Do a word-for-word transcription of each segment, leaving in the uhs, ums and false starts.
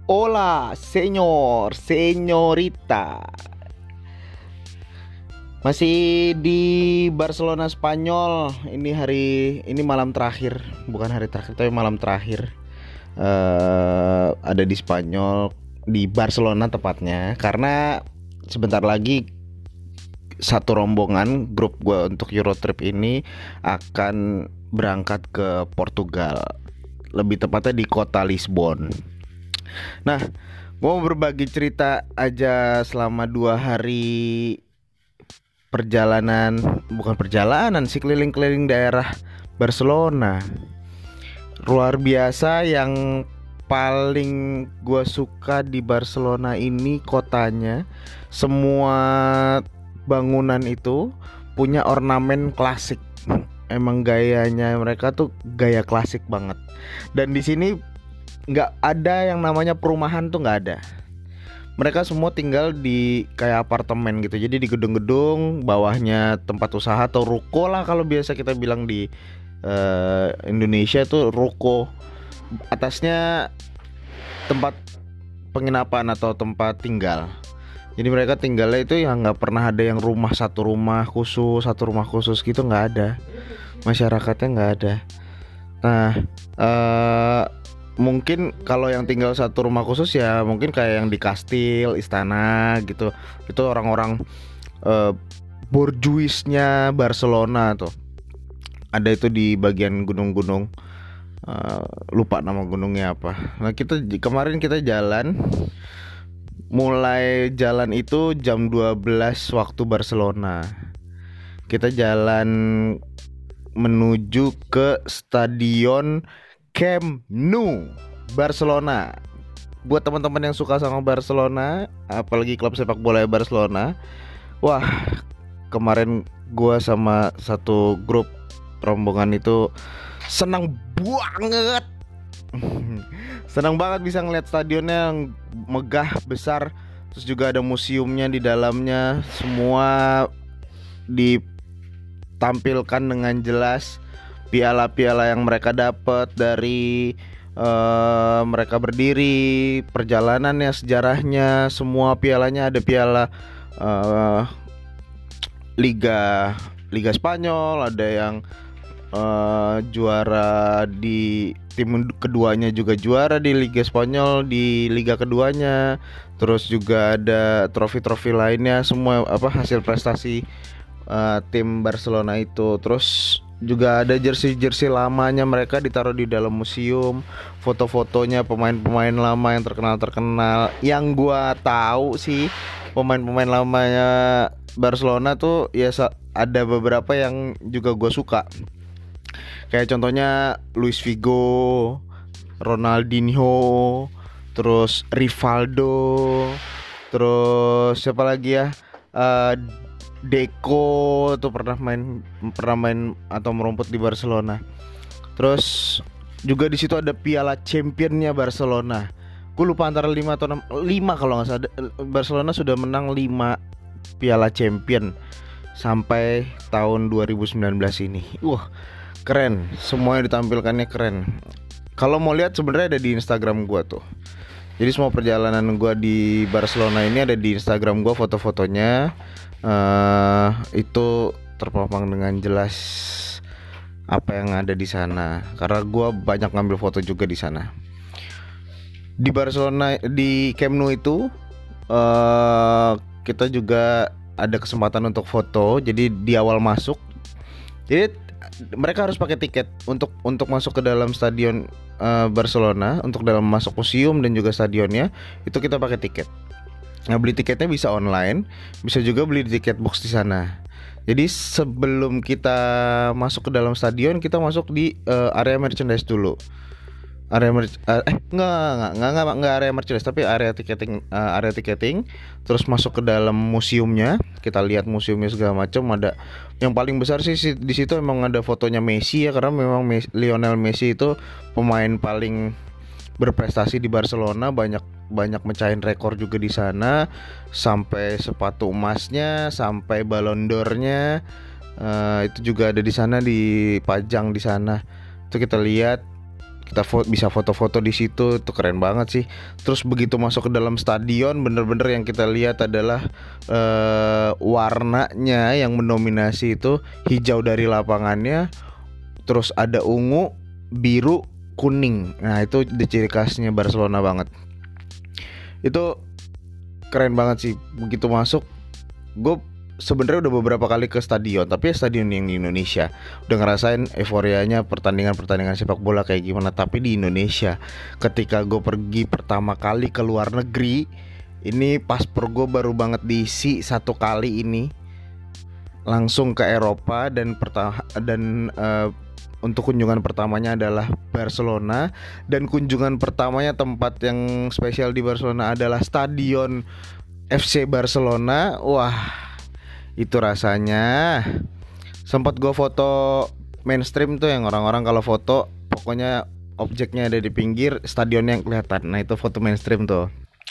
Hola, señor, señorita. Masih di Barcelona Spanyol. Ini hari ini malam terakhir, bukan hari terakhir tapi malam terakhir. eh ada di Spanyol, di Barcelona tepatnya. Karena sebentar lagi satu rombongan grup gue untuk Eurotrip ini akan berangkat ke Portugal. Lebih tepatnya di kota Lisbon. Nah, mau berbagi cerita aja selama dua hari perjalanan, bukan perjalanan sih, keliling-keliling daerah Barcelona. Luar biasa. Yang paling gue suka di Barcelona ini kotanya, semua bangunan itu punya ornamen klasik. Emang gayanya mereka tuh gaya klasik banget. Dan di sini nggak ada yang namanya perumahan, tuh nggak ada. Mereka semua tinggal di kayak apartemen gitu. Jadi di gedung-gedung, bawahnya tempat usaha atau ruko lah kalau biasa kita bilang di uh, Indonesia tuh ruko. Atasnya tempat penginapan atau tempat tinggal. Jadi mereka tinggalnya itu yang nggak pernah ada yang rumah satu rumah khusus, satu rumah khusus gitu, nggak ada. Masyarakatnya nggak ada. Nah, uh, mungkin kalau yang tinggal satu rumah khusus ya mungkin kayak yang di kastil, istana gitu. Itu orang-orang uh, borjuisnya Barcelona tuh. Ada itu di bagian gunung-gunung. Uh, lupa nama gunungnya apa. Nah, kita kemarin kita jalan. Mulai jalan itu jam dua belas waktu Barcelona. Kita jalan menuju ke Stadion Camp Nou, Barcelona. Buat teman-teman yang suka sama Barcelona, apalagi klub sepak bola Barcelona, wah, kemarin gua sama satu grup rombongan itu senang banget. Senang banget bisa ngeliat stadionnya yang megah, besar. Terus juga ada museumnya di dalamnya. Semua ditampilkan dengan jelas. Piala-piala yang mereka dapat dari uh, mereka berdiri, perjalanannya, sejarahnya, semua pialanya. Ada piala uh, Liga Liga Spanyol, ada yang uh, juara di tim keduanya, juga juara di Liga Spanyol di liga keduanya. Terus juga ada trofi-trofi lainnya, semua apa hasil prestasi uh, tim Barcelona itu. Terus juga ada jersey-jersey lamanya mereka ditaruh di dalam museum, foto-fotonya pemain-pemain lama yang terkenal-terkenal. Yang gua tahu sih pemain-pemain lamanya Barcelona tuh ya ada beberapa yang juga gua suka. Kayak contohnya Luis Figo, Ronaldinho, terus Rivaldo, terus siapa lagi ya? Uh, Deco tuh pernah main pernah main atau merumput di Barcelona. Terus juga di situ ada Piala Championnya Barcelona. Gue lupa antara lima atau enam, lima kalau nggak salah. Barcelona sudah menang lima Piala Champion sampai tahun dua ribu sembilan belas ini. Wah, keren, semuanya ditampilkannya keren. Kalau mau lihat sebenarnya ada di Instagram gua tuh. Jadi semua perjalanan gua di Barcelona ini ada di Instagram gua, foto-fotonya uh, itu terpampang dengan jelas apa yang ada di sana. Karena gua banyak ngambil foto juga di sana. Di Barcelona, di Camp Nou itu uh, kita juga ada kesempatan untuk foto. Jadi di awal masuk, jadi mereka harus pakai tiket untuk untuk masuk ke dalam stadion uh, Barcelona, untuk dalam masuk museum dan juga stadionnya itu kita pakai tiket. Nah, beli tiketnya bisa online, bisa juga beli di tiket box di sana. Jadi sebelum kita masuk ke dalam stadion, kita masuk di uh, area merchandise dulu. Area mer- uh, eh enggak enggak enggak enggak enggak area merchandise tapi area ticketing, uh, area ticketing. Terus masuk ke dalam museumnya, kita lihat museumnya segala macam. Ada yang paling besar sih di situ emang ada fotonya Messi ya, karena memang Messi, Lionel Messi itu pemain paling berprestasi di Barcelona, banyak banyak mecahin rekor juga di sana, sampai sepatu emasnya, sampai Ballon d'Or-nya uh, itu juga ada di sana, dipajang di sana. Itu kita lihat. kita fo- bisa foto-foto di situ, itu keren banget sih. Terus begitu masuk ke dalam stadion, bener-bener yang kita lihat adalah uh, warnanya yang mendominasi itu hijau dari lapangannya, terus ada ungu, biru, kuning. Nah itu di ciri khasnya Barcelona banget. Itu keren banget sih. Begitu masuk, gue sebenarnya udah beberapa kali ke stadion, tapi ya stadion yang di Indonesia. Udah ngerasain euforianya pertandingan-pertandingan sepak bola kayak gimana. Tapi di Indonesia, ketika gue pergi pertama kali ke luar negeri, ini paspor gue baru banget diisi satu kali ini, langsung ke Eropa. Dan perta- dan uh, untuk kunjungan pertamanya adalah Barcelona. Dan kunjungan pertamanya tempat yang spesial di Barcelona adalah Stadion F C Barcelona. Wah, itu rasanya. Sempat gue foto mainstream tuh, yang orang-orang kalau foto pokoknya objeknya ada di pinggir, stadionnya yang kelihatan. Nah itu foto mainstream tuh.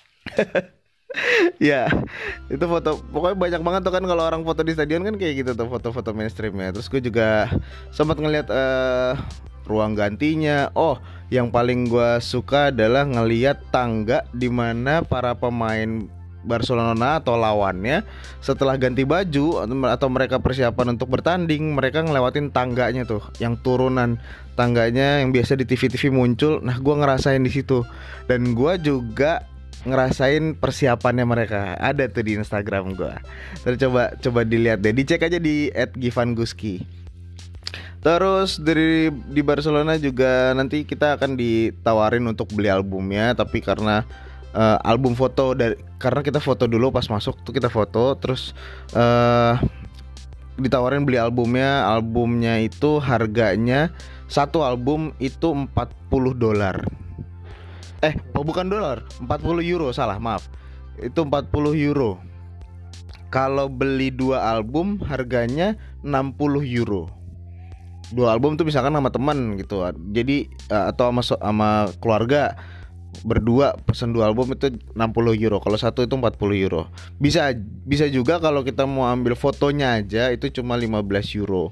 Ya, itu foto, pokoknya banyak banget tuh kan kalau orang foto di stadion kan kayak gitu tuh, foto-foto mainstream ya. Terus gue juga sempat ngeliat uh, ruang gantinya. Oh, yang paling gue suka adalah ngeliat tangga di mana para pemain Barcelona atau lawannya setelah ganti baju atau mereka persiapan untuk bertanding, mereka ngelewatin tangganya tuh, yang turunan tangganya yang biasa di T V T V muncul. Nah, gue ngerasain di situ, dan gue juga ngerasain persiapannya mereka. Ada tuh di Instagram gue. Terus coba coba dilihat deh, dicek aja di et givan guski. Terus dari di Barcelona juga nanti kita akan ditawarin untuk beli albumnya, tapi karena Uh, album foto dari, karena kita foto dulu pas masuk tuh, kita foto terus uh, ditawarin beli albumnya. Albumnya itu harganya satu album itu empat puluh dolar. Eh, oh bukan dolar, empat puluh euro, salah, maaf. Itu empat puluh euro. Kalau beli dua album harganya enam puluh euro. Dua album tuh misalkan sama teman gitu. Jadi uh, atau sama sama keluarga, berdua pesen dua album itu enam puluh euro. Kalau satu itu empat puluh euro. Bisa bisa juga kalau kita mau ambil fotonya aja itu cuma lima belas euro.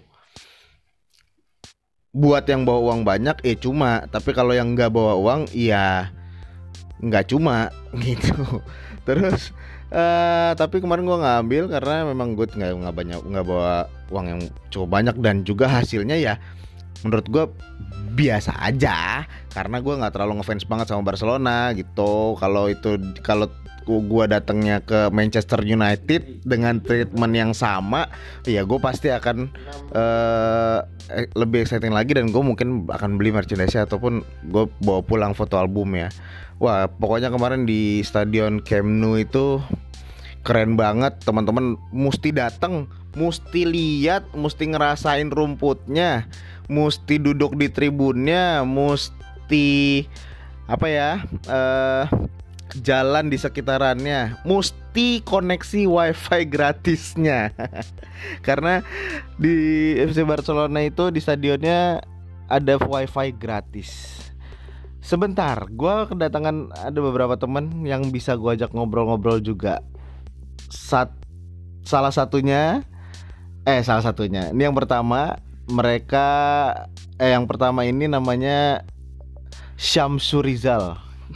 Buat yang bawa uang banyak eh cuma, tapi kalau yang nggak bawa uang ya nggak cuma gitu. Terus uh, tapi kemarin gue nggak ambil karena memang gue nggak nggak banyak nggak bawa uang yang cukup banyak, dan juga hasilnya ya menurut gue biasa aja, karena gue nggak terlalu ngefans banget sama Barcelona gitu. Kalau itu kalau gue datangnya ke Manchester United dengan treatment yang sama, ya gue pasti akan uh, lebih exciting lagi, dan gue mungkin akan beli merchandise ataupun gue bawa pulang foto album ya. Wah, pokoknya kemarin di Stadion Camp Nou itu keren banget, teman-teman mesti datang, mesti lihat, mesti ngerasain rumputnya, mesti duduk di tribunnya, mesti apa ya, uh, jalan di sekitarannya, mesti koneksi wifi gratisnya. Karena di F C Barcelona itu di stadionnya ada wifi gratis. Sebentar, gue kedatangan ada beberapa teman yang bisa gue ajak ngobrol-ngobrol juga. Sat, salah satunya, eh salah satunya, ini yang pertama mereka, eh yang pertama ini namanya Syamsur Rizal.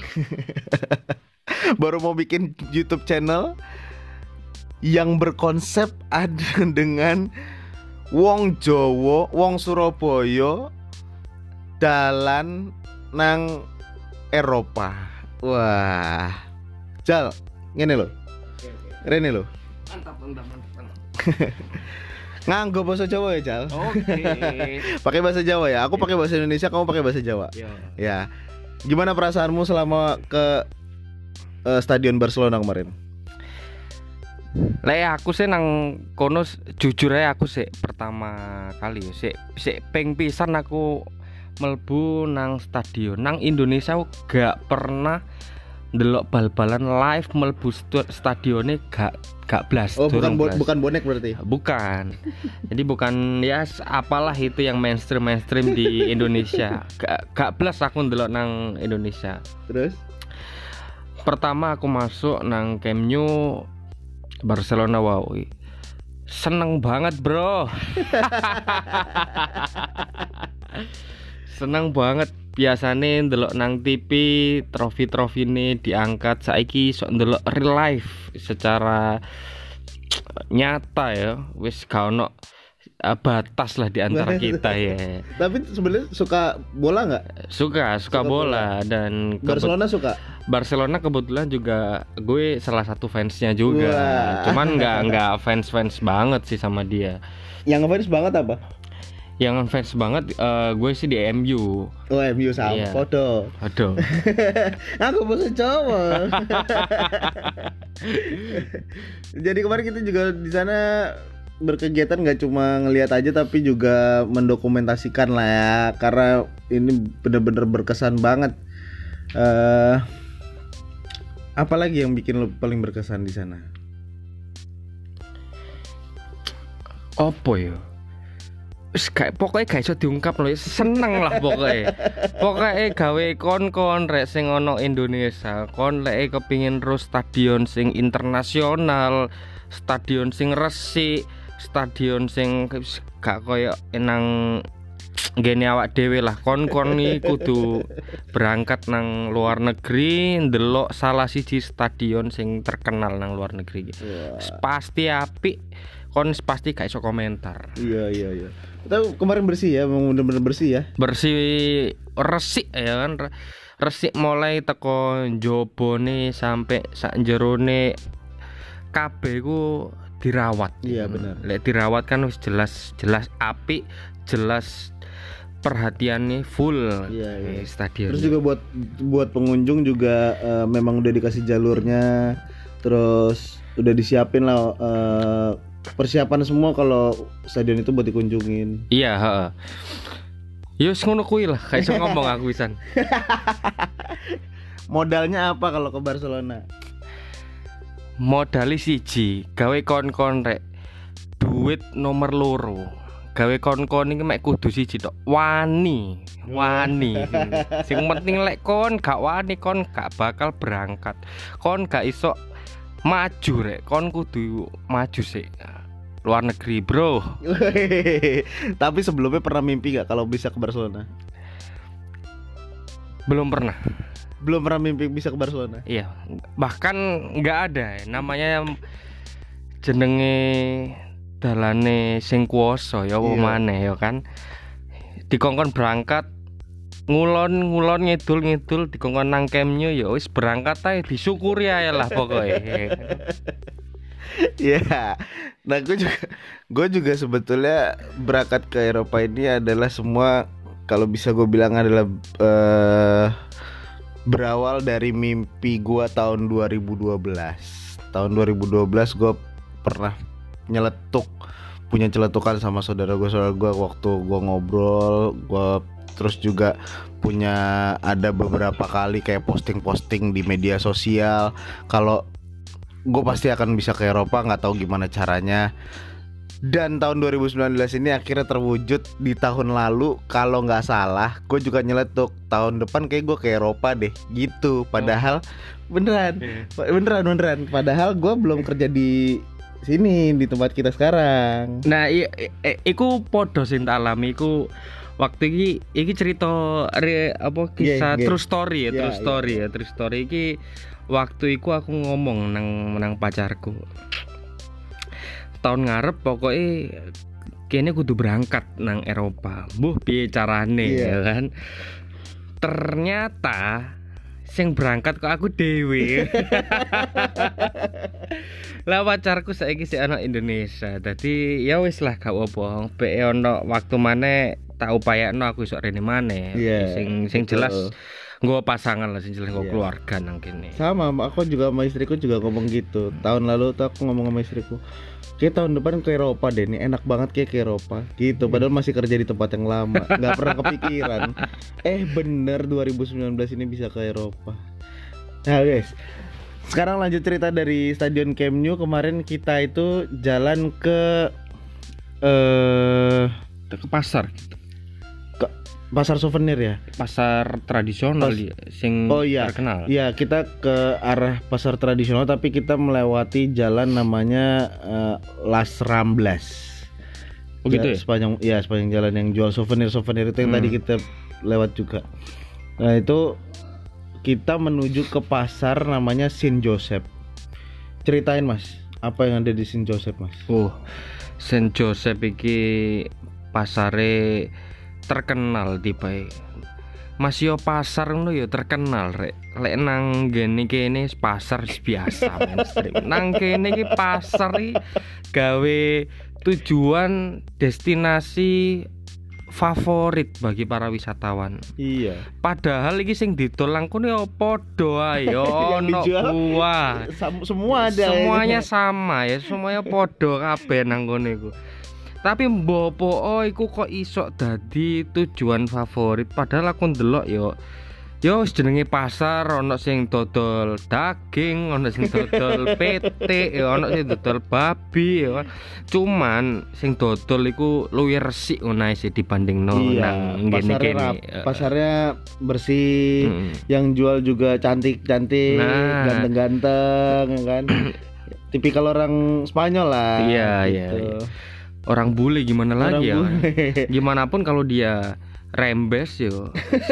Baru mau bikin YouTube channel yang berkonsep ada dengan wong Jowo, wong Surabaya dalan nang Eropa. Wah, Jal, ngene lho. Rene lho. Mantap, mantap, mantap, mantap. Nganggo bahasa Jawa ya, Jal? Oke. Okay. Pakai bahasa Jawa ya. Aku pakai bahasa Indonesia, kamu pakai bahasa Jawa. Yo. Ya. Gimana perasaanmu selama ke uh, Stadion Barcelona kemarin? Lah aku sih nang kono jujur aja aku sih pertama kali sih sih ping pisan aku melbu nang stadion nang Indonesia. Aku gak pernah ndelok bal-balan live melbu stadionnya, gak gak blas. Oh, bukan bo- bukan bonek berarti. Bukan. Jadi bukan ya apalah itu yang mainstream mainstream di Indonesia. Gak gak blas aku ndelok nang Indonesia. Terus pertama aku masuk nang Camp Nou Barcelona, wow, seneng banget bro. Seneng banget. biasane ndelok nang T V trofi-trofine diangkat, saiki sok ndelok real life secara nyata ya, wis gak ono uh, batas lah di antara kita ya. Tapi sebenarnya suka bola nggak? Suka, suka, suka bola. bola dan Barcelona suka. Barcelona kebetulan juga gue salah satu fansnya juga. Wah. Cuman nggak nggak fans-fans banget sih sama dia. Yang fans banget apa? Yang fans banget uh, gue sih di M U. Oh M U sama, iya. Foto. Foto. Aku bosan cowok. Jadi kemarin kita juga di sana berkegiatan, nggak cuma ngelihat aja tapi juga mendokumentasikan lah ya, karena ini benar-benar berkesan banget. Uh, apalagi yang bikin lo paling berkesan di sana? Apa ya? Kayak pokoknya gak iso diungkap loh, seneng lah pokoknya. Pokoknya gawe kon-kon rek sing ono Indonesia, kon lek kepingin terus stadion sing internasional, stadion sing resik, stadion sing gak koyo nang ngene awak dhewe lah. Kon-kon iki kudu berangkat nang luar negeri ndelok salah siji stadion sing terkenal nang luar negeri. Wow. Pasti apik, kon pasti gak iso komentar. Iya iya iya. Tapi kemarin bersih ya, memang bener-bener bersih ya. Bersih resik ya kan. Resik mulai teko njobone sampai sak jerone kabeh ku dirawat. Iya benar. Lek dirawat kan wis jelas jelas apik, jelas perhatiannya full. Iya, iya. Stadion. Terus juga buat buat pengunjung juga uh, memang udah dikasih jalurnya, terus udah disiapin lah uh, persiapan semua kalau stadion itu buat dikunjungin. Iya, heeh. Yus ngono kuwi lah, kayak iso ngomong aku pisan. Modalnya apa kalau ke Barcelona? Modali siji, gawe kon-kon rek. Duit nomor loro. Gawe kon-kon iki mek kudu siji tok. Wani, wani. Sing penting lek kon gak wani, kon gak bakal berangkat. Kon gak iso maju rek, kon kudu maju sih luar negeri bro. Tapi sebelumnya pernah mimpi gak kalau bisa ke Barcelona? Belum pernah. Belum pernah mimpi bisa ke Barcelona? Iya, bahkan nggak ada namanya jenenge dalane sing kuwasa ya apa maneh ya kan. Dikongkon berangkat ngulon ngulon ngidul ngidul dikongkon nang Camp Nou ya wis berangkat ae, disyukuri ae lah pokoknya. Iya. Nah gue juga gue juga sebetulnya berangkat ke Eropa ini adalah semua kalau bisa gue bilang adalah uh, berawal dari mimpi gue tahun dua ribu dua belas. Tahun dua ribu dua belas gue pernah nyeletuk, punya celetukan sama saudara gue saudara gue waktu gue ngobrol, gue terus juga punya ada beberapa kali kayak posting-posting di media sosial kalau gue pasti akan bisa ke Eropa, nggak tahu gimana caranya. Dan tahun dua ribu sembilan belas ini akhirnya terwujud di tahun lalu. Kalau nggak salah gue juga nyeletuk tahun depan kayak gue ke Eropa deh gitu. Padahal beneran beneran beneran padahal gue belum kerja di sini di tempat kita sekarang. Nah i, i, iku podo sing tak alami iku waktu iki iki cerita re, apa kisah yeah, yeah. true story ya, yeah, true story yeah. ya, true story iki waktu iku aku ngomong nang nang pacarku. Tahun ngarep pokoknya kene kudu berangkat nang Eropa. Mbuh piye carane yeah. ya kan. Ternyata sing berangkat kok aku dhewe. Lah pacarku saiki sik ana Indonesia. Dadi ya wis lah gak apa-apa. Bek ono waktu maneh tak upayakno aku iso rene maneh. Yeah, sing sing jelas nggo pasangan lah, sing jelas nggo yeah. keluarga nang kene. Sama, aku juga sama istriku juga ngomong gitu. Tahun lalu tuh aku ngomong sama istriku, kayak tahun depan ke Eropa deh, nih enak banget kayak ke Eropa gitu. Padahal masih kerja di tempat yang lama, nggak pernah kepikiran. Eh bener dua ribu sembilan belas ini bisa ke Eropa. Nah guys, sekarang lanjut cerita dari Stadion Camp Nou. Kemarin kita itu jalan ke eh ke pasar gitu. Ke pasar souvenir ya, pasar tradisional Pas, sing oh iya, terkenal. Iya, kita ke arah pasar tradisional tapi kita melewati jalan namanya uh, Las Ramblas. Oh gitu ya? Sepanjang ya sepanjang jalan yang jual souvenir-souvenir itu yang hmm. tadi kita lewat juga. Nah itu kita menuju ke pasar namanya Saint Joseph. Ceritain Mas, apa yang ada di Saint Joseph Mas? Oh, Saint Joseph iki pasare terkenal di bae. Mas yo pasar ngono yo terkenal rek. Lek nang ngene kene pasar biasa mainstream. Nang kene iki pasar iki gawe tujuan destinasi favorit bagi para wisatawan. Iya. Padahal iki sing didol nang kene yo padha ae yo ono buah. Sam- semua ada. Semuanya sama ya, semuanya padha kabeh nang kene iku. Tapi mbopo oh iku kok iso dadi tujuan favorit padahal aku ndelok yo yo wis jenenge pasar ono sing dodol daging, ono sing dodol petik, ya ono sing dodol babi ya kan. Cuman sing dodol iku luwih resik ngono sih dibandingno iya, nang ngene-kene. Pasarnya bersih, hmm. yang jual juga cantik-cantik, nah. ganteng-ganteng ya kan. Tipikal orang Spanyol lah. Iya, gitu. iya. iya. Orang bule gimana orang lagi bule. Ya gimana pun kalau dia rembes yo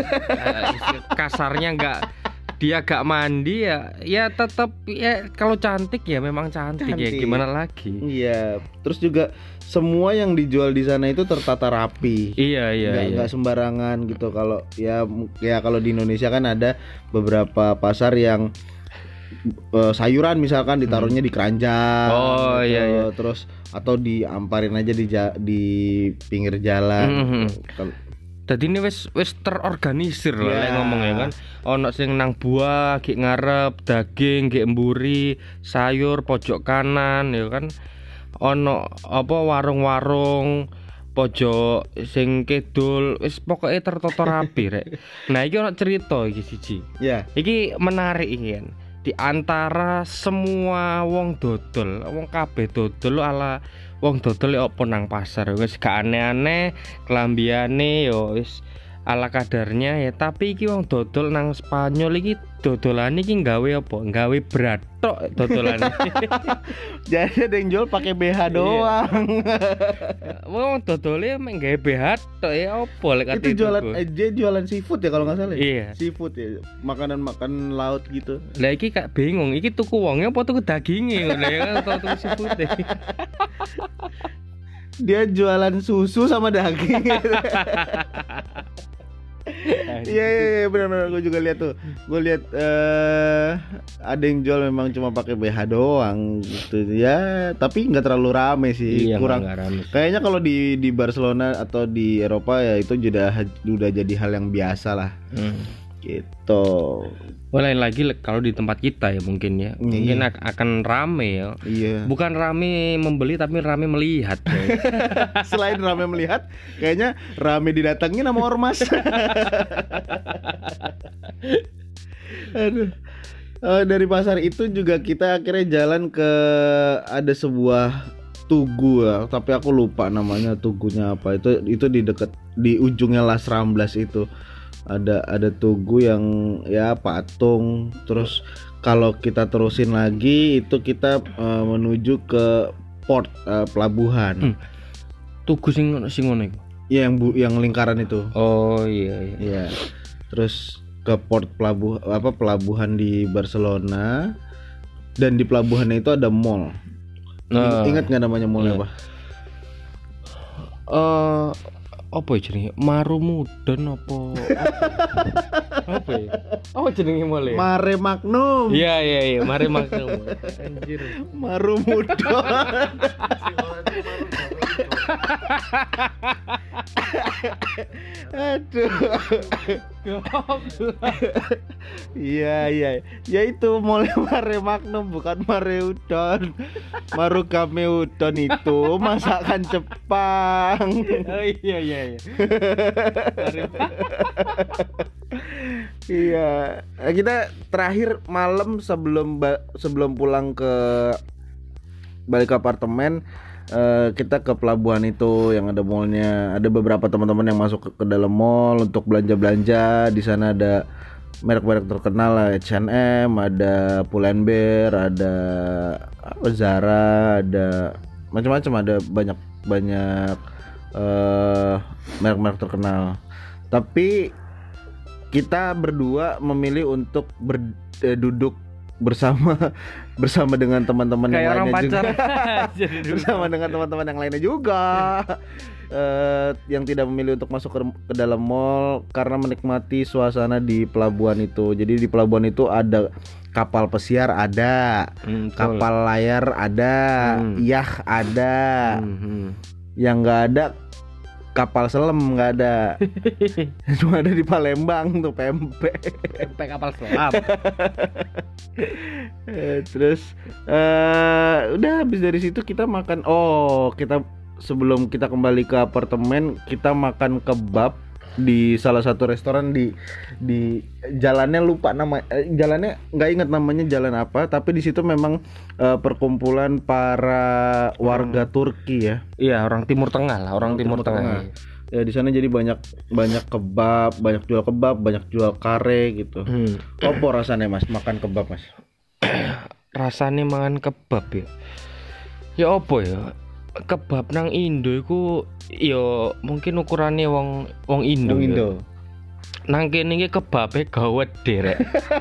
kasarnya nggak dia gak mandi ya ya tetap ya kalau cantik ya memang cantik, cantik ya gimana lagi. Iya, terus juga semua yang dijual di sana itu tertata rapi. Iya iya nggak, iya. nggak sembarangan gitu. Kalau ya ya kalau di Indonesia kan ada beberapa pasar yang uh, sayuran misalkan ditaruhnya hmm. di keranjang. Oh gitu. Iya iya. Terus atau diamparin aja di ja, di pinggir jalan. Mm-hmm. Kal- Tadi ini wis wis terorganisir lah yeah. ngomong ya kan. Ono sing nang buah, gek ngarep, daging, gek emburi, sayur pojok kanan ya kan. Ono apa warung-warung pojok sing kidul, wis pokoknya tertata rapi rek. Nah, iki ono cerita iki siji. Ya. Yeah. Iki menarik iki kan. Di antara semua wong dodol, wong kabeh dodol ala wong dodol ya apa nang pasar wis gak aneh-aneh, klambiane yo wis ala kadarnya ya, tapi iki wong dodol nang Spanyol iki dodolane iki nggawe apa? Nggawe bratok dodolane. Jadi ada yang jual pakai B H doang. Wong dodole mek nggawe B H tok ya apa lek itu jualan eh, dia jualan seafood ya kalau enggak salah. Iya. Seafood ya, makanan-makanan laut gitu. Lah iki kak bingung, iki tuku wonge apa tuku daginge ngono ya kan atau tuku seafood. Dia jualan susu sama daging. Iya iya iya benar-benar gue juga lihat tuh. Gue lihat uh, ada yang jual memang cuma pakai B H doang gitu ya, tapi nggak terlalu rame sih. Iya, kurang. Rame. Kayaknya kalau di di Barcelona atau di Eropa ya itu sudah udah jadi hal yang biasa lah. Hmm. Gitu. Oh, lain lagi kalau di tempat kita ya mungkin ya. Mungkin iya. akan rame ya. Iya. Bukan rame membeli tapi rame melihat. Selain rame melihat, kayaknya rame didatengin sama ormas. Aduh. Uh, dari pasar itu juga kita akhirnya jalan ke ada sebuah tugu ya, tapi aku lupa namanya tugunya apa. Itu itu di dekat di ujungnya Las Ramblas itu. Ada ada tugu yang ya patung. Terus kalau kita terusin lagi itu kita uh, menuju ke port uh, pelabuhan. Hmm. Tugu sing sing ngono iku. Iya yang bu, yang lingkaran itu. Oh iya iya. Iya. Terus ke port pelabuhan apa pelabuhan di Barcelona, dan di pelabuhannya itu ada mall. Uh, Ingat nggak namanya mallnya iya. apa? Uh, apa jenenge? Marumudon apa? Apa ya? Apa jenenge mall ya? Mare Magnum. Iya iya iya, Mare Magnum. Anjir. Marumudon. Aduh. Iya iya. Ya itu mall Mare Magnum bukan Mare Udon. Marugame Udon itu masakan Jepang. Oh iya iya iya. Iya. Kita terakhir malam sebelum ba- sebelum pulang ke balik ke apartemen. Uh, kita ke pelabuhan itu yang ada mallnya. Ada beberapa teman-teman yang masuk ke, ke dalam mall untuk belanja-belanja. Di sana ada merek-merek terkenal lah, H and M, ada Pull&Bear, ada apa, Zara, ada macam-macam, ada banyak banyak uh, merek-merek terkenal. Tapi kita berdua memilih untuk ber, eh, duduk bersama bersama dengan teman-teman yang Kayak orang lainnya juga. pacaran. Jadi dulu. Bersama dengan teman-teman yang lainnya juga. Eh, yang tidak memilih untuk masuk ke, ke dalam mall karena menikmati suasana di pelabuhan itu. Jadi di pelabuhan itu ada kapal pesiar ada, Hmm, betul. kapal layar ada, Hmm. yah ada. Hmm. Yang nggak ada kapal selam nggak ada. Cuma ada di Palembang tuh pempek. Pempek kapal selam. Eh, Terus eh udah habis dari situ kita makan. Oh, kita sebelum kita kembali ke apartemen kita makan kebab di salah satu restoran di di jalannya lupa nama eh, jalannya nggak inget namanya jalan apa, tapi di situ memang eh, perkumpulan para warga Turki ya. Iya, orang Timur Tengah lah, orang Timur, Timur Tengah. Ya di sana jadi banyak banyak kebab, banyak jual kebab, banyak jual kare gitu. Hmm. Apa rasanya Mas makan kebab Mas? Rasane mangan kebab ya. Ya opo ya? Kebab nang Indo iku ya mungkin ukurannya wong wong Indo. Wong ya. Indo. Nang kene iki kebabe gawet derek.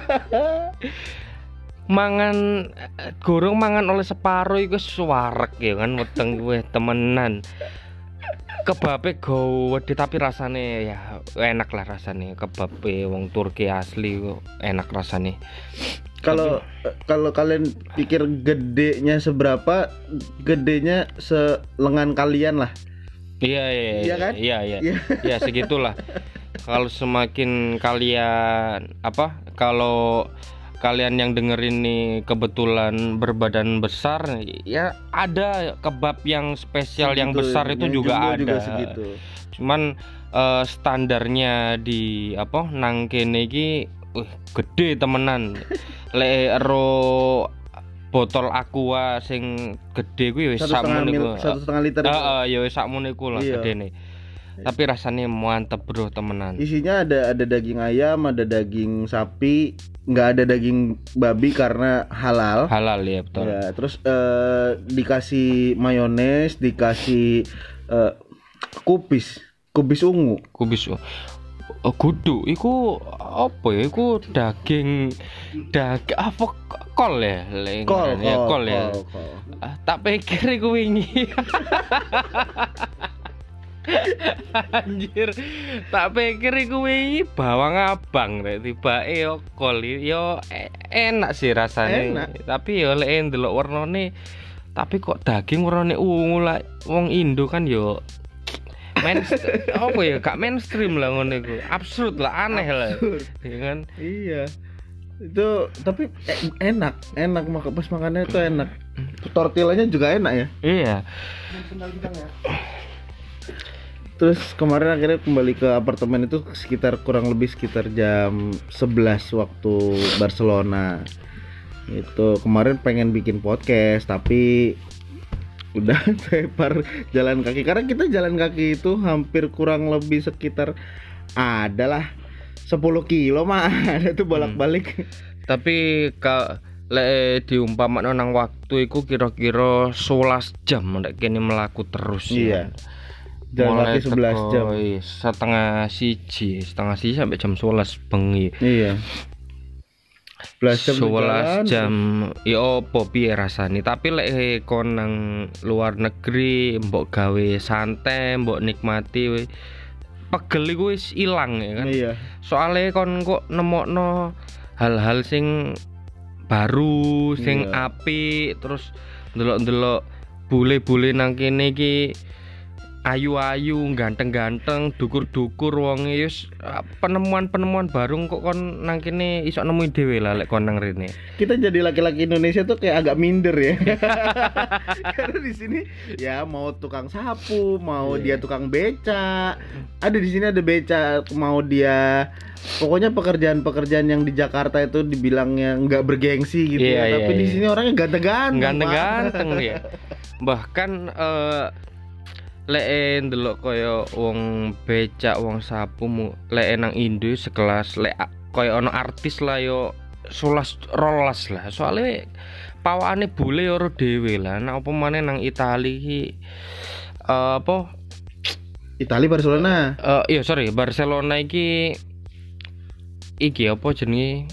Mangan eh, gorong mangan oleh separo iku suwarek ya kan weteng kuwe temenan. Kebabe gawet tapi rasane ya enak lah rasane kebabe wong Turki asli kok enak rasane. Kalau kalau kalian pikir gedenya seberapa, gedenya selengan kalian lah. Iya iya Iya kan? Iya iya. Iya. Ya segitulah. Kalau semakin kalian apa? Kalau kalian yang dengerin nih kebetulan berbadan besar, ya ada kebab yang spesial yang Segitu, besar itu yang juga jumbo ada. juga segitu. Cuman eh, standarnya di apa? Nang kene iki uh, gede temenan. Lek ero botol aqua sing gede kuwi wis Satu setengah sakmono mil, iku. satu setengah liter. itu. Heeh, ya wis sakmono iku lah Iya. gedene. Tapi rasanya mantep bro temenan. Isinya ada ada daging ayam, ada daging sapi, nggak ada daging babi karena halal. Halal ya betul. Ya, terus eh, dikasih mayones, dikasih eh, kubis, kubis ungu. Kubis oh, kudu iku apa ya? Iku daging daging apa kol ya? Lek Kol, ya kol, kol ya. kol, kol. Ah, tak pikir iku wingi. Anjir, tak pikir iku wingi bawang abang rek tibake yo kol yo e- enak sih rasanya. Enak. Tapi yo lek ndelok warnane tapi kok daging warnane ungu lah wong Indo kan yo main apa ya gak mainstream lah ngono iku. Absurd lah, aneh lah. Ya kan? Iya. Itu tapi eh, enak, enak maka pas makannya itu enak. Tortillanya juga enak ya. Iya. Terus kemarin akhirnya kembali ke apartemen itu sekitar kurang lebih sekitar jam sebelas waktu Barcelona. Itu kemarin pengen bikin podcast tapi udah tepar jalan kaki karena kita jalan kaki itu hampir kurang lebih sekitar adalah sepuluh kilo mah ada tuh bolak-balik. Tapi ka lek diumpamakno nang waktu iku kira-kira sewelas jam nek kene mlaku terus Iya. ya. Jalan Mulai kaki sebelas teko, jam. iya, setengah siji, setengah siji sampai jam sebelas bengi. Iya. sebelas jam sebelas berjalan. jam ya opo piye rasane, tapi lek kon nang luar negeri mbok gawe santai, mbok nikmati we pegel iku wis ilang ya kan. Iya. Soale kon kok nemokno hal-hal sing baru, sing Iya. apik, terus ndelok-ndelok bule-bule nang kene iki ayu-ayu, ganteng-ganteng, dukur-dukur wonge wis penemuan-penemuan baru kok kon nang kene iso nemuin dhewe lah lek kon nang rene. Kita jadi laki-laki Indonesia tuh kayak agak minder ya. Karena di sini ya mau tukang sapu, mau Iya. dia tukang beca. Ada di sini ada beca, mau dia pokoknya pekerjaan-pekerjaan yang di Jakarta itu dibilangnya nggak bergengsi gitu Iya, ya. iya, Tapi di iya. sini orangnya ganteng-ganteng. Pak. Ganteng-ganteng ya. Bahkan eh lek ndelok kaya wong becak, wong sapu mu lek nang Indo sekelas lek a- kaya ana artis lah yo sewelas rolas lah. Soale pawakane bule ora dhewe lah. Nek apa maneh nang Itali iki eh, apa Itali Barcelona. eh iya sorry Barcelona iki iki apa jenenge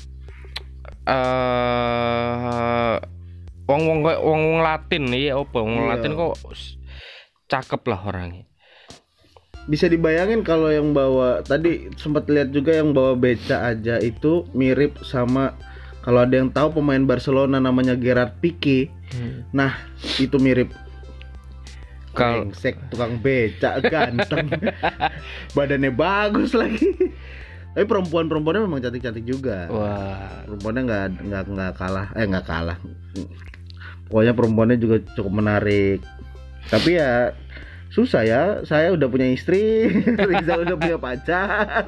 eh wong-wong kok wong Latin iki apa wong Iya. Latin kok s- cakep lah orangnya. Bisa dibayangin kalau yang bawa tadi sempat lihat juga yang bawa beca aja itu mirip sama, kalau ada yang tahu pemain Barcelona namanya Gerard Pique. Nah, itu mirip. Kal- Brengsek, tukang beca ganteng. Badannya bagus lagi. Tapi perempuan-perempuannya memang cantik-cantik juga. Wah, Perempuannya nggak nggak nggak kalah, eh nggak kalah. Pokoknya perempuannya juga cukup menarik. Tapi ya susah ya. Saya udah punya istri, Rizal udah punya pacar.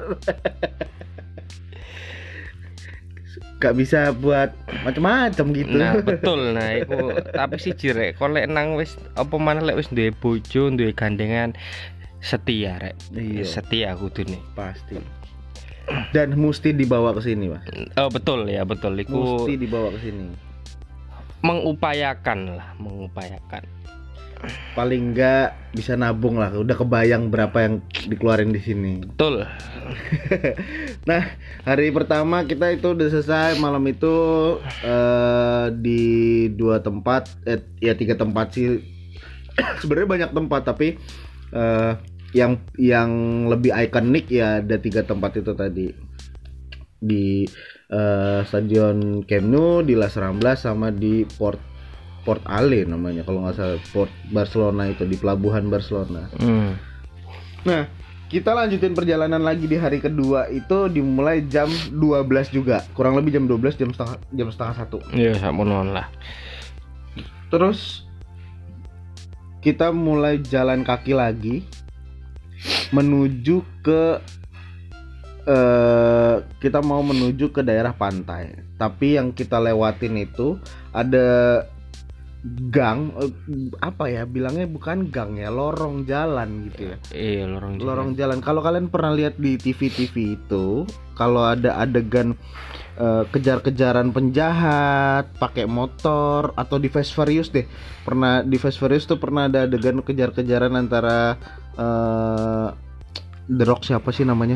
Gak bisa buat macam-macam gitu. nah betul nah iku tapi sih jirek kok lek nang wis apa maneh lek wis duwe bojo duwe gandengan setia rek. Iya. Setia kudune. Pasti. Dan mesti dibawa ke sini, Pak. Oh betul ya betul iku Mesti dibawa ke sini. mengupayakan lah mengupayakan. Paling enggak bisa nabung lah. Udah kebayang berapa yang dikeluarin di sini. Betul. Nah, hari pertama kita itu udah selesai malam itu eh, di dua tempat, eh, ya tiga tempat sih. Sebenarnya banyak tempat tapi eh, yang yang lebih ikonik ya ada tiga tempat itu tadi di eh, Stadion Camp Nou, di Las Ramblas sama di Port Port Ale namanya kalau nggak salah, Port Barcelona itu di pelabuhan Barcelona. Hmm. Nah, kita lanjutin perjalanan lagi di hari kedua itu dimulai jam dua belas juga. Kurang lebih jam dua belas, jam setengah jam setengah satu. Ya sakmono lah. Terus kita mulai jalan kaki lagi menuju ke eh kita mau menuju ke daerah pantai. Tapi yang kita lewatin itu ada gang, eh, apa ya bilangnya, bukan gang ya, lorong jalan gitu ya. Iya lorong jalan. Lorong jalan. Kalau kalian pernah lihat di T V T V itu, kalau ada adegan eh, kejar-kejaran penjahat pakai motor, atau di Fast Furious deh. Pernah di Fast Furious tuh pernah ada adegan kejar-kejaran antara eh, The Rock, siapa sih namanya?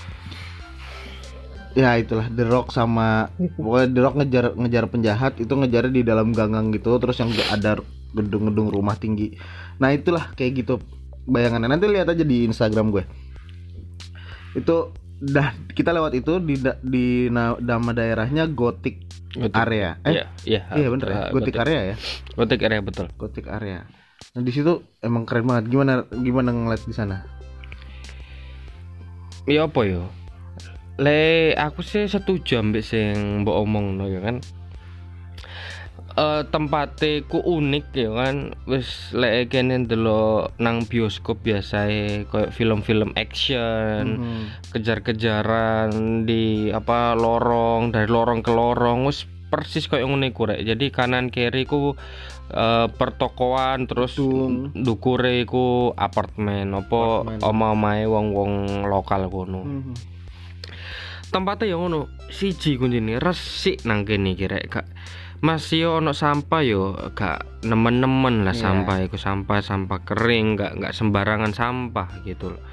Ya itulah The Rock sama pokoknya The Rock ngejar ngejar penjahat, itu ngejarnya di dalam gang-gang gitu, terus yang ada gedung-gedung rumah tinggi. Nah itulah kayak gitu bayangannya. Nanti lihat aja di Instagram gue. Itu dah kita lewat itu di da- di na- nama daerahnya Gothic Gothic. area. Eh Iya, iya. iya bener ya, Ah, Gothic area ya. Gothic area betul. Gothic area. Nah di situ emang keren banget. Gimana gimana ngeliat di sana? Ya apa yo? Le aku sih setuju ambek sing mbok omongno ya kan. Eh tempate ku unik ya kan. Wis lek kene ndelok nang bioskop biasae koyo film-film action, Mhm. kejar-kejaran di apa lorong, dari lorong ke lorong wis persis koyo ngene iku rek. Jadi kanan kiri ku eh, pertokoan terus Gedung. ndukure iku apartemen apa Apartemen. oma-omahe wong-wong lokal kono. Mhm. Tempatnya yang ngono siji kuncine resik nang kene iki rek gak masih ono sampah yo gak nemen-nemen lah. Iya. Sampah iku sampah sampah kering gak gak sembarangan sampah gitu loh.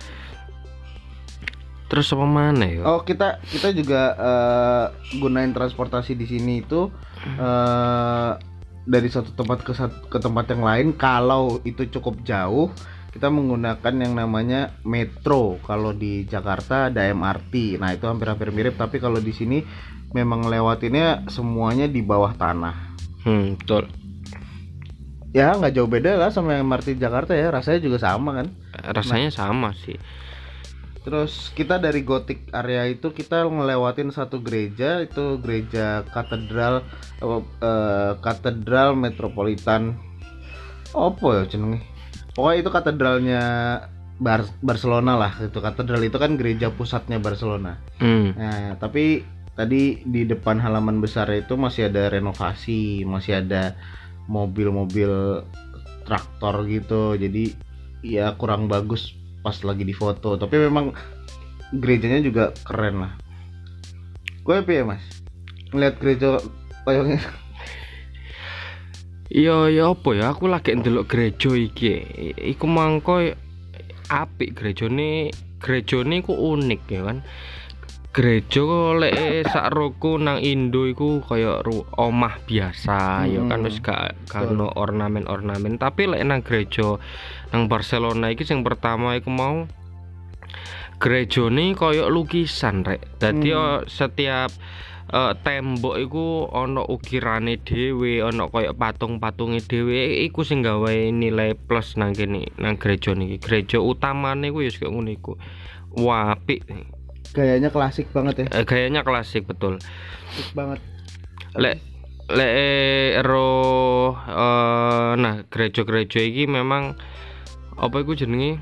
Terus apa mana yo? Oh kita kita juga eh, gunain transportasi di sini itu eh, dari satu tempat ke sat- ke tempat yang lain. Kalau itu cukup jauh, kita menggunakan yang namanya metro. Kalau di Jakarta ada M R T. Nah itu hampir-hampir mirip. Tapi kalau di sini memang lewatinnya semuanya di bawah tanah. Hmm, betul. Ya nggak jauh beda lah sama M R T Jakarta ya. Rasanya juga sama kan. Rasanya sama sih. Terus kita dari Gothic area itu kita ngelewatin satu gereja, itu gereja katedral eh, eh, katedral metropolitan apa ya jenenge. Pokoknya itu katedralnya Bar- Barcelona lah. Itu katedral itu kan gereja pusatnya Barcelona. Hmm. Nah, tapi tadi di depan halaman besar itu masih ada renovasi, masih ada mobil-mobil traktor gitu. Jadi ya kurang bagus pas lagi di foto, tapi memang gerejanya juga keren lah. Gue piye Mas ngeliat gereja kayaknya? Iya ya apa ya aku lagi ndelok gereja iki. Iku mangko apik gerejane, gerejane ku unik ya kan. gereja lek sak roku nang Indo iku kaya ru- omah biasa ya kan Hmm, wis gak gak betul. ono ornamen-ornamen, tapi lek nang gereja nang Barcelona iki sing pertama iku mau gereja ini kaya lukisan rek. Dadi Hmm. oh, setiap eh, tembok iku ana ukirane dhewe, ana kaya patung-patunge dhewe, iku sing gawe nilai plus nang kene nang gereja niki. Gereja utamane iku ya kaya ngono iku. Wah, apik. Gayanya klasik banget ya. Eh, gayanya klasik betul. Klasik banget. Lek lek ero eh, nah gereja-gereja iki memang apa iku jenenge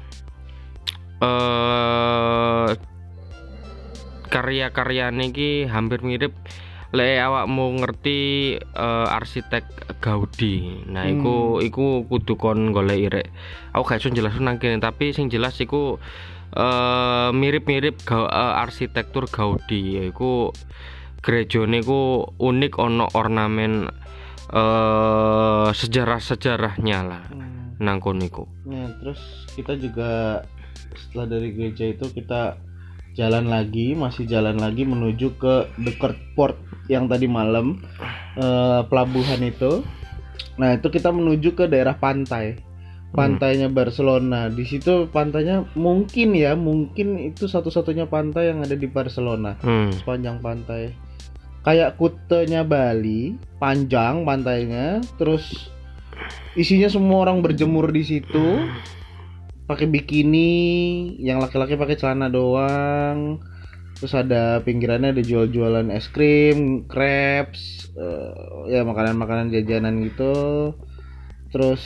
eh karya-karyane iki hampir mirip lek awakmu ngerti eh, arsitek Gaudi. Nah, iku iku kudu kon golek rek. Aku gak iso jelasin nang kene, tapi sing jelas iku eh, mirip-mirip ga- eh, arsitektur Gaudi, yaiku gerejane ku unik ono ornamen eh, sejarah-sejarahnya lah Hmm. nang kono iku. Nah, terus kita juga setelah dari gereja itu kita jalan lagi, masih jalan lagi menuju ke dekat port yang tadi malam, eh, pelabuhan itu. Nah, itu kita menuju ke daerah pantai. Pantainya Barcelona. Di situ pantainya mungkin ya, mungkin itu satu-satunya pantai yang ada di Barcelona. Hmm. Sepanjang pantai. Kayak kutenya Bali, panjang pantainya, terus isinya semua orang berjemur di situ. Pakai bikini, yang laki-laki pakai celana doang. Terus ada pinggirannya ada jual-jualan es krim, crepes, eh, ya makanan-makanan jajanan gitu. Terus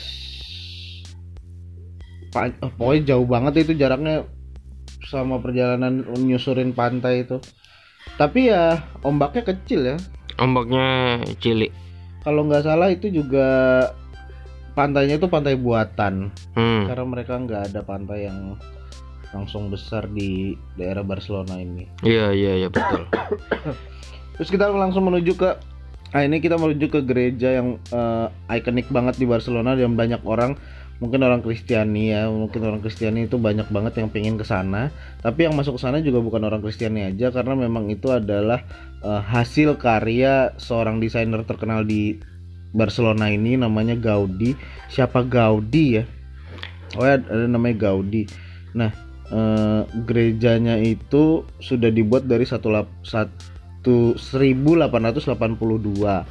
pa- eh, pokoknya jauh banget itu jaraknya sama perjalanan nyusurin pantai itu. Tapi ya ombaknya kecil ya. Ombaknya cilik. Kalau nggak salah itu juga pantainya itu pantai buatan. Hmm. Karena mereka nggak ada pantai yang langsung besar di daerah Barcelona ini. Iya iya iya betul. Terus kita langsung menuju ke, nah ini kita menuju ke gereja yang eh, ikonik banget di Barcelona dan banyak orang, mungkin orang Kristiani ya, mungkin orang Kristiani itu banyak banget yang pengen ke sana. Tapi yang masuk ke sana juga bukan orang Kristiani aja, karena memang itu adalah eh, hasil karya seorang desainer terkenal di Barcelona ini, namanya Gaudi. Siapa Gaudi ya? Oh ya, ada namanya Gaudi. Nah, eh, gerejanya itu sudah dibuat dari satu lap, satu seribu delapan ratus delapan puluh dua.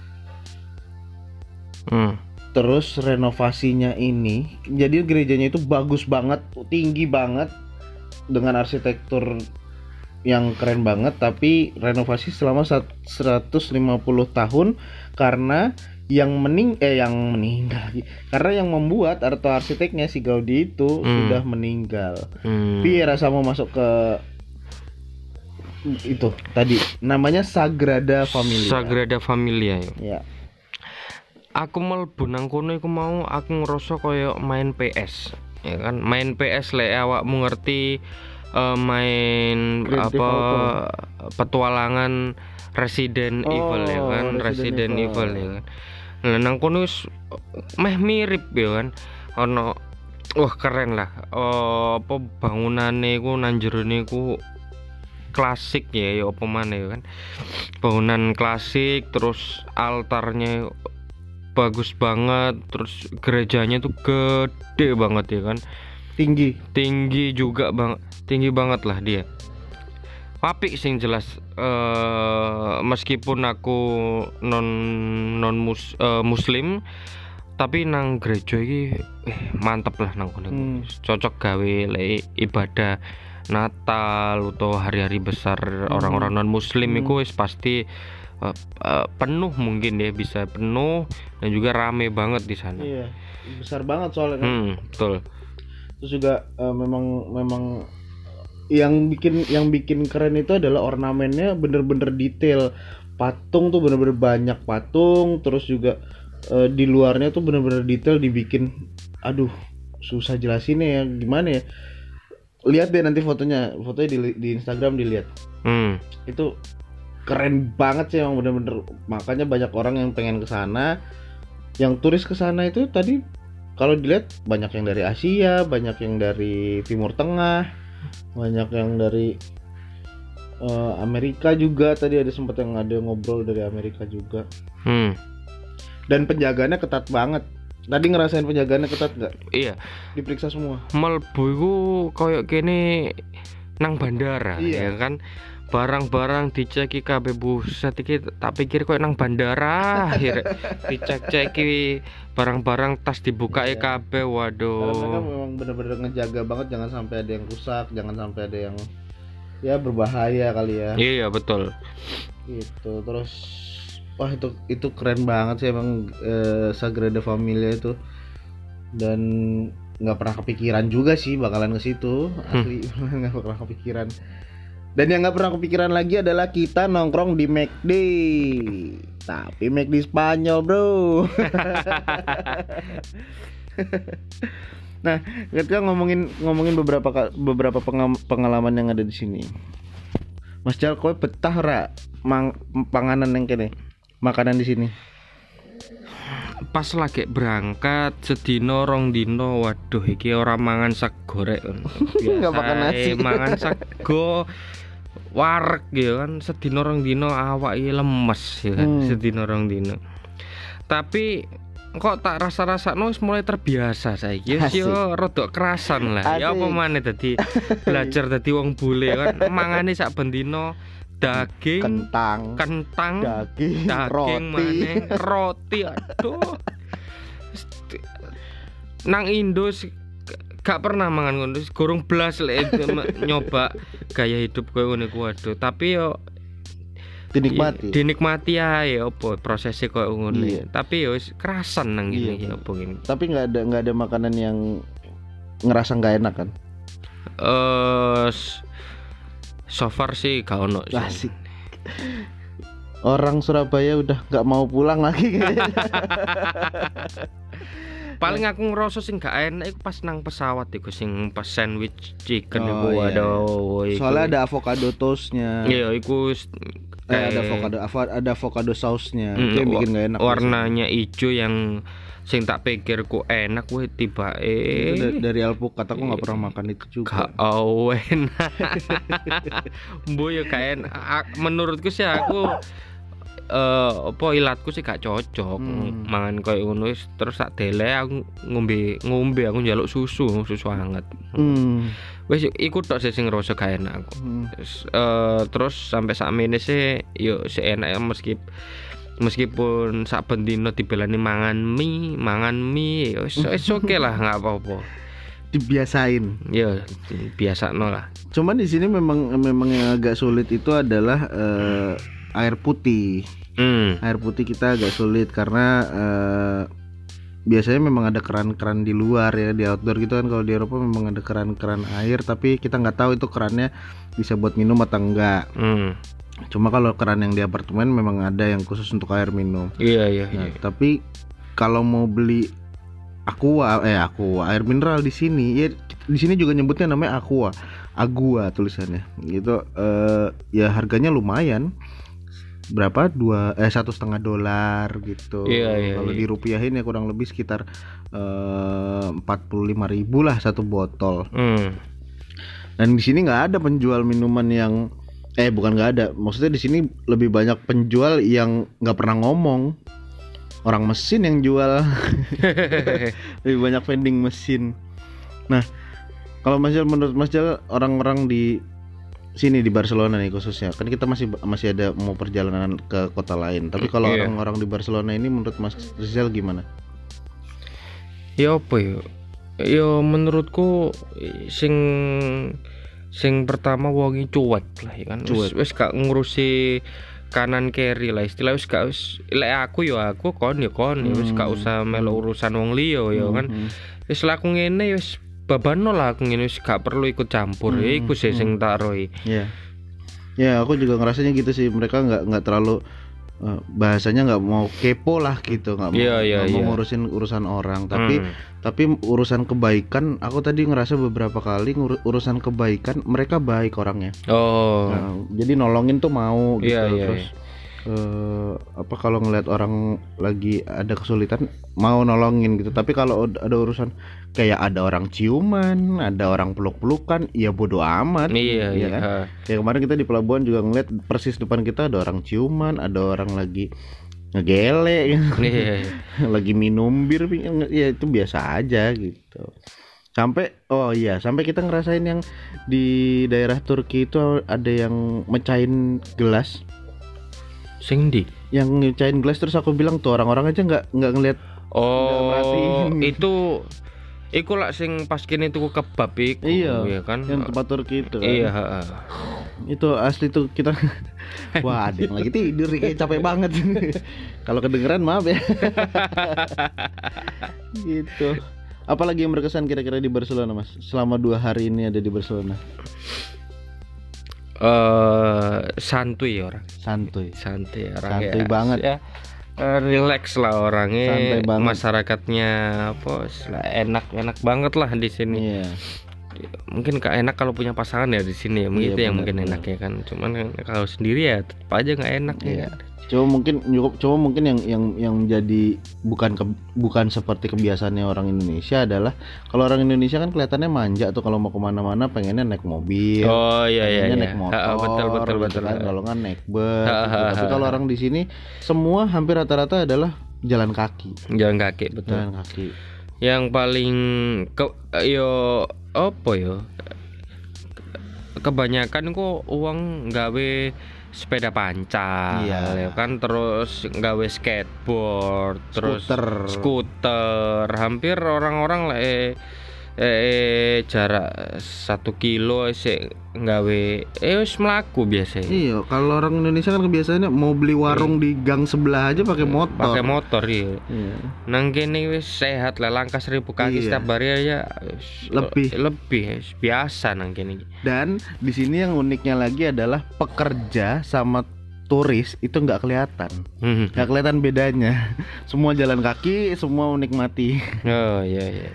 Hmm. Terus renovasinya ini, jadi gerejanya itu bagus banget, tinggi banget, dengan arsitektur yang keren banget, tapi renovasi selama sat- seratus lima puluh tahun karena yang mening eh yang meninggal lagi. Karena yang membuat atau arsiteknya si Gaudi itu Hmm. sudah meninggal. Hmm. Tapi rasa mau masuk ke itu tadi namanya Sagrada Familia. Sagrada Familia ya. Ya. Aku mlebu nang kono iku mau aku ngerasa kaya main P S. Ya kan, main P S lek awakmu ngerti eh, main Grand Theft apa Auto. petualangan Resident Oh, Evil ya kan, Resident Resident Evil. Evil ya kan. Nah, nang kono wis meh mirip ya kan. Ono wah keren lah. Oh, apa bangunane iku nang jerone iku klasik ya, ya apa maneh ya kan. Bangunan klasik, terus altarnya bagus banget, terus gerejanya tuh gede banget ya kan, Tinggi. tinggi juga bang, tinggi banget lah dia. Apik sing jelas. eh meskipun aku non non mus, eh, muslim, tapi nang gereja iki eh, mantep lah nang kono. Hmm. Cocok gawe lek ibadah Natal atau hari-hari besar orang-orang non muslim Hmm. itu wis pasti eh, eh, penuh, mungkin ya bisa penuh dan juga rame banget di sana. Iya, besar banget soalnya kan. Hmm, betul. Terus juga eh, memang memang yang bikin yang bikin keren itu adalah ornamennya bener-bener detail. Patung tuh bener-bener banyak patung, terus juga eh, di luarnya tuh bener-bener detail dibikin. Aduh, susah jelasinnya ya, gimana ya? Lihat deh nanti fotonya, fotonya di, di Instagram dilihat. Hmm. Itu keren banget sih emang bener-bener, makanya banyak orang yang pengen ke sana. Yang turis ke sana itu tadi kalau dilihat banyak yang dari Asia, banyak yang dari Timur Tengah, banyak yang dari Eh, Amerika juga tadi ada sempat yang ada ngobrol dari Amerika juga. Hmm. Dan penjagaannya ketat banget. Tadi ngerasain penjagaannya ketat nggak? Iya. Diperiksa semua. Mlebu iku koyo kene nang bandara Iya. ya kan. Barang-barang diceki kabeh buset iki tak pikir koyo nang bandara. Akhirnya dicek-ceki barang-barang tas dibukai Iya. kabeh. Karena mereka Waduh. memang benar-benar ngejaga banget jangan sampai ada yang rusak, jangan sampai ada yang ya berbahaya kali ya. Iya betul. Gitu. Terus wah itu itu keren banget sih emang eh, Sagrada Familia itu. Dan nggak pernah kepikiran juga sih bakalan ke situ, asli nggak pernah kepikiran. Dan yang nggak pernah kepikiran lagi adalah kita nongkrong di McD, tapi McD Spanyol bro. Nah, ketika ngomongin ngomongin beberapa ka- beberapa pengam- pengalaman yang ada di sini, Mas Jal, kowe betah ra mang panganan yang kene, makanan di sini? Pas lagi berangkat sedino rong dino, waduh iki ora mangan sego rek. Nggak makan nasi. Mangan sego wareg ya kan sedino rong dino awak iki lemes ya kan Hmm. sedino rong dino. Tapi kok tak rasa-rasakno wis mulai terbiasa saiki. Wis Asik. yo rodok kerasan lah. Ya apa Asik. maneh dadi belajar dadi wong bule kan mangane sak ben dino daging, Kentang, kentang, daging, daging roti. maneh roti aduh. Nang Indo sih gak pernah mangan ngono, gorong blas lek nyoba gaya hidup koyo ngene ku waduh, tapi yo Dinikmati. dinikmati ae opo prosesnya koyo ngono. Iya. Tapi yo wis kerasan nang Iya, ngene iki opo ngene. Tapi nggak ada nggak ada makanan yang ngerasa nggak enak kan? Eh s- so far sih gak ono sih. Asik. Orang Surabaya udah nggak mau pulang lagi kayaknya. Paling aku ngerasa sing gak enak iku pas nang pesawat iku sing pas sandwich chicken Oh, iku iya, waduh. iku- Soalnya ada avocado toastnya. iya iku s- Eh, kayak ada avocado ava- ada avocado sausnya. Mm, Itu yang wa- bikin nggak enak. warnanya ijo yang sing tak pikir ku enak kuwi tiba Itu da- eh dari alpukat aku nggak pernah makan itu juga. gak awen. Mbo ya gak enak. A- menurutku sih aku eh apa ilatku sih gak cocok Hmm. mangan koyo ngono wis terus tak dele aku ngombe ngombe aku njaluk susu susu hangat. Hmm. Wis iku tok sih sing ngerasa gak enak aku. Hmm. Terus, eh, terus sampai sakmene sih yo seenak meski meskipun sak bendino dibelani mangan mie, mangan mie, ya wis wis oke lah nggak apa-apa. Dibiasain. Ya biasa no lah. Cuman di sini memang memang yang agak sulit itu adalah eh, air putih. Hmm. Air putih kita agak sulit karena eh, biasanya memang ada keran-keran di luar ya, di outdoor gitu kan. Kalau di Eropa memang ada keran-keran air, tapi kita nggak tahu itu kerannya bisa buat minum atau enggak. Hmm. Cuma kalau keran yang di apartemen memang ada yang khusus untuk air minum. Iya iya Nah, iya. tapi kalau mau beli aqua eh aqua air mineral di sini ya, di sini juga nyebutnya namanya aqua, agua tulisannya. Gitu eh, ya harganya lumayan. Berapa? Dua eh satu setengah dolar gitu. Iya, iya, Kalau iya. dirupiahin ya kurang lebih sekitar empat puluh lima ribu lah satu botol. Hmm. Dan di sini nggak ada penjual minuman yang eh bukan nggak ada, maksudnya di sini lebih banyak penjual yang nggak pernah ngomong, orang mesin yang jual. Lebih banyak vending mesin. Nah, kalau Mas Jal, menurut Mas Jal, orang-orang di sini di Barcelona nih khususnya, kan kita masih masih ada mau perjalanan ke kota lain. Tapi kalau Iya. orang-orang di Barcelona ini menurut Mas Rizal gimana? Ya apa ya? Ya menurutku sing sing pertama wongi cuek lah ya kan. Wis Cuek. wis gak ngurusi kanan kiri lah istilah wis gak wis lek aku ya aku kon ya kon ya wis gak Hmm. usah melu urusan wong liya ya kan. Hmm. Wis lah aku ngene wis babano lah aku ngene wis gak perlu ikut campur. Ya Hmm, iku sih sing tak roi. Ya, ya aku juga ngerasanya gitu sih. Mereka nggak nggak terlalu eh, bahasanya nggak mau kepo lah gitu, nggak mau, Iya, iya, nggak mau iya. ngurusin urusan orang. Tapi Hmm. tapi urusan kebaikan, aku tadi ngerasa beberapa kali ngur- urusan kebaikan mereka baik orangnya. Oh. Nah, jadi nolongin tuh mau gitu. Iya, iya, Terus iya. eh, apa kalau ngeliat orang lagi ada kesulitan mau nolongin gitu. Tapi kalau ada urusan kayak ada orang ciuman, ada orang peluk-pelukan, ya bodo amat. Iya, iya. kan? Ha. Kayak kemarin kita di pelabuhan juga ngeliat persis depan kita ada orang ciuman, ada orang lagi ngegele gitu. Iya, iya. Lagi minum bir, ya itu biasa aja gitu. Sampai oh iya, sampai kita ngerasain yang di daerah Turki itu ada yang mecahin gelas. Sing ndi? Yang ngecahin gelas terus aku bilang tuh orang-orang aja nggak nggak ngeliat. Nggak merhatiin. Oh, itu iku lah sing pas kene tuku kebab iku. Iya, kan. Yang tempat Turki itu kan. Iya, heeh. Itu asli tuh kita. Wah, ada yang lagi tidur nih, kayak capek banget. Kalau kedengeran maaf ya. Gitu. Apalagi yang berkesan kira-kira di Barcelona, Mas? Selama dua hari ini ada di Barcelona. Eh uh, santuy orang. Santuy. Santuy orang. Santuy ya. banget. Ya. Uh, relax lah orangnya. Santai banget. Masyarakatnya apa? Enak-enak banget lah di sini. Iya. Mungkin gak enak kalau punya pasangan ya di sini ya. Mungkin Iya, itu yang bener, mungkin bener. enak ya kan. Cuman kan kalau sendiri ya tetap aja nggak enak ya. Iya. kan? Cuma mungkin cuma mungkin yang yang yang jadi bukan ke, bukan seperti kebiasaannya orang Indonesia adalah kalau orang Indonesia kan kelihatannya manja tuh kalau mau kemana-mana pengennya naik mobil. Oh iya iya. pengennya iya. naik motor. Ha, betul betul gitu betul. kan. Kalau nggak naik bus. Ha, gitu. ha, Tapi ha, kalau ha. orang di sini semua hampir rata-rata adalah jalan kaki. Jalan kaki betul. Jalan kaki. Yang paling ke yo apa yo? Kebanyakan kok uang gawe sepeda pancal Iya. ya kan, terus gawe skateboard, terus Skuter. skuter. Hampir orang-orang lah eh, eh jarak satu kilo sih gawe eh wis mlaku biasanya. Iya, kalau orang Indonesia kan kebiasaannya mau beli warung di gang sebelah aja pakai motor. Pakai motor iya. Iya. Nang kene wis sehat lah, langkah seribu kaki Iya. setiap hari aja wis Lebih. lebih wis biasa nang kene. Dan di sini yang uniknya lagi adalah pekerja sama turis itu nggak kelihatan, Hmm. nggak kelihatan bedanya. Semua jalan kaki, semua menikmati. Oh iya iya.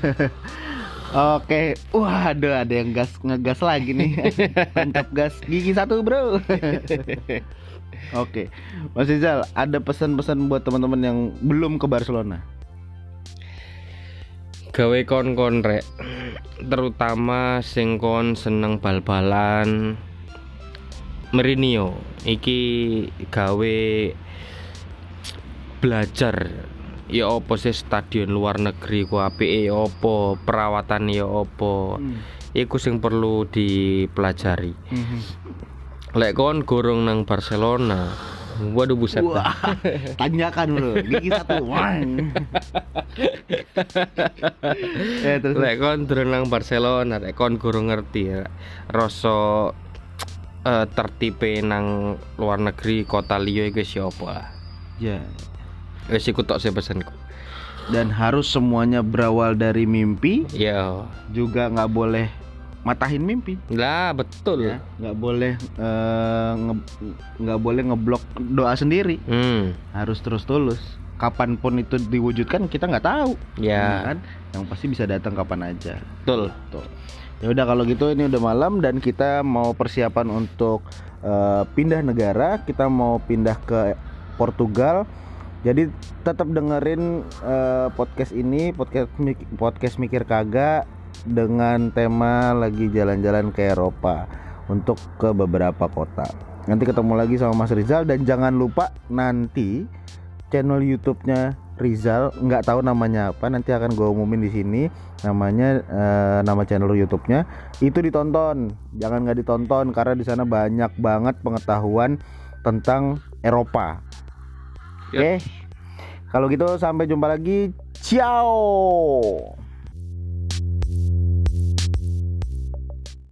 Oke, wah ada ada yang gas ngegas lagi nih, tancap gas gigi satu bro. Oke, Mas Rizal, ada pesan-pesan buat teman-teman yang belum ke Barcelona? Gawe kon-kon rek, terutama sing kon seneng bal-balan merinio iki gawe belajar ya opo sih stadion luar negeri ku apike ya opo, perawatan ya opo. Hmm. Iku sing perlu dipelajari. Lek kon gorong nang Barcelona, waduh buset dah. Wah, tanjakan bro, gigi satu. Wang. Eh, terus Lek kon durung nang Barcelona, lek kon gorong ngerti ya rasa eh, tertipe nang luar negeri kota liya iku wis ya apa lah. ya. Wis iku tok sih pesanku. Dan harus semuanya berawal dari mimpi, Ya, juga nggak boleh matahin mimpi. lah betul. Ya, nggak boleh eh, nge- nggak boleh ngeblok doa sendiri. Hmm, Harus terus tulus. Kapanpun itu diwujudkan kita nggak tahu. ya, kan? Yang pasti bisa datang kapan aja. betul. Tuh. Ya udah kalau gitu ini udah malam dan kita mau persiapan untuk eh, pindah negara. Kita mau pindah ke Portugal. Jadi tetap dengerin eh, podcast ini, podcast Mik- podcast mikir kagak dengan tema lagi jalan-jalan ke Eropa untuk ke beberapa kota. Nanti ketemu lagi sama Mas Rizal dan jangan lupa nanti channel YouTube-nya Rizal, nggak tahu namanya apa, nanti akan gue umumin di sini namanya eh, nama channel YouTube-nya itu ditonton, jangan nggak ditonton karena di sana banyak banget pengetahuan tentang Eropa. Oke, Yap. kalau gitu sampai jumpa lagi, ciao.